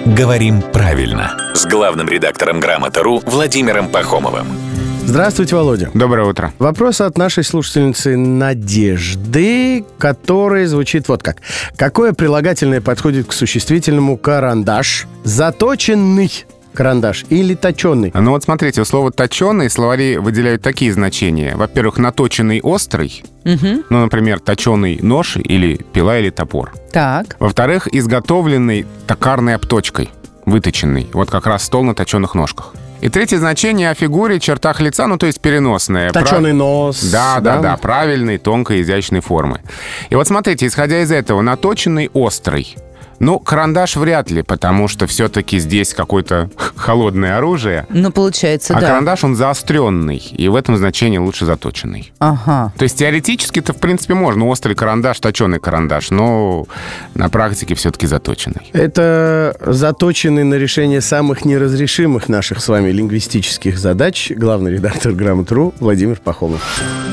«Говорим правильно» с главным редактором «Грамоты.ру» Владимиром Пахомовым. Здравствуйте, Володя. Доброе утро. Вопрос от нашей слушательницы Надежды, который звучит вот как. Какое прилагательное подходит к существительному «карандаш»? Заточенный карандаш или точенный? Ну вот смотрите, у слова «точеный» словари выделяют такие значения. Во-первых, наточенный острый, ну, например, точеный нож или пила или топор. Так. Во-вторых, изготовленный токарной обточкой, выточенный. Вот как раз стол на точеных ножках. И третье значение о фигуре, чертах лица, ну, то есть переносное. Точеный нос. Да, правильной, тонкой, изящной формы. И вот смотрите, исходя из этого, наточенный острый. Ну, карандаш вряд ли, потому что все-таки здесь какое-то холодное оружие. Ну, получается, А да. карандаш, он заостренный, и в этом значении лучше заточенный. Ага. То есть теоретически-то, в принципе, можно острый карандаш, точеный карандаш, но на практике все-таки заточенный. Это заточенный на решение самых неразрешимых наших с вами лингвистических задач главный редактор «Грамоты.ру» Владимир Пахомов.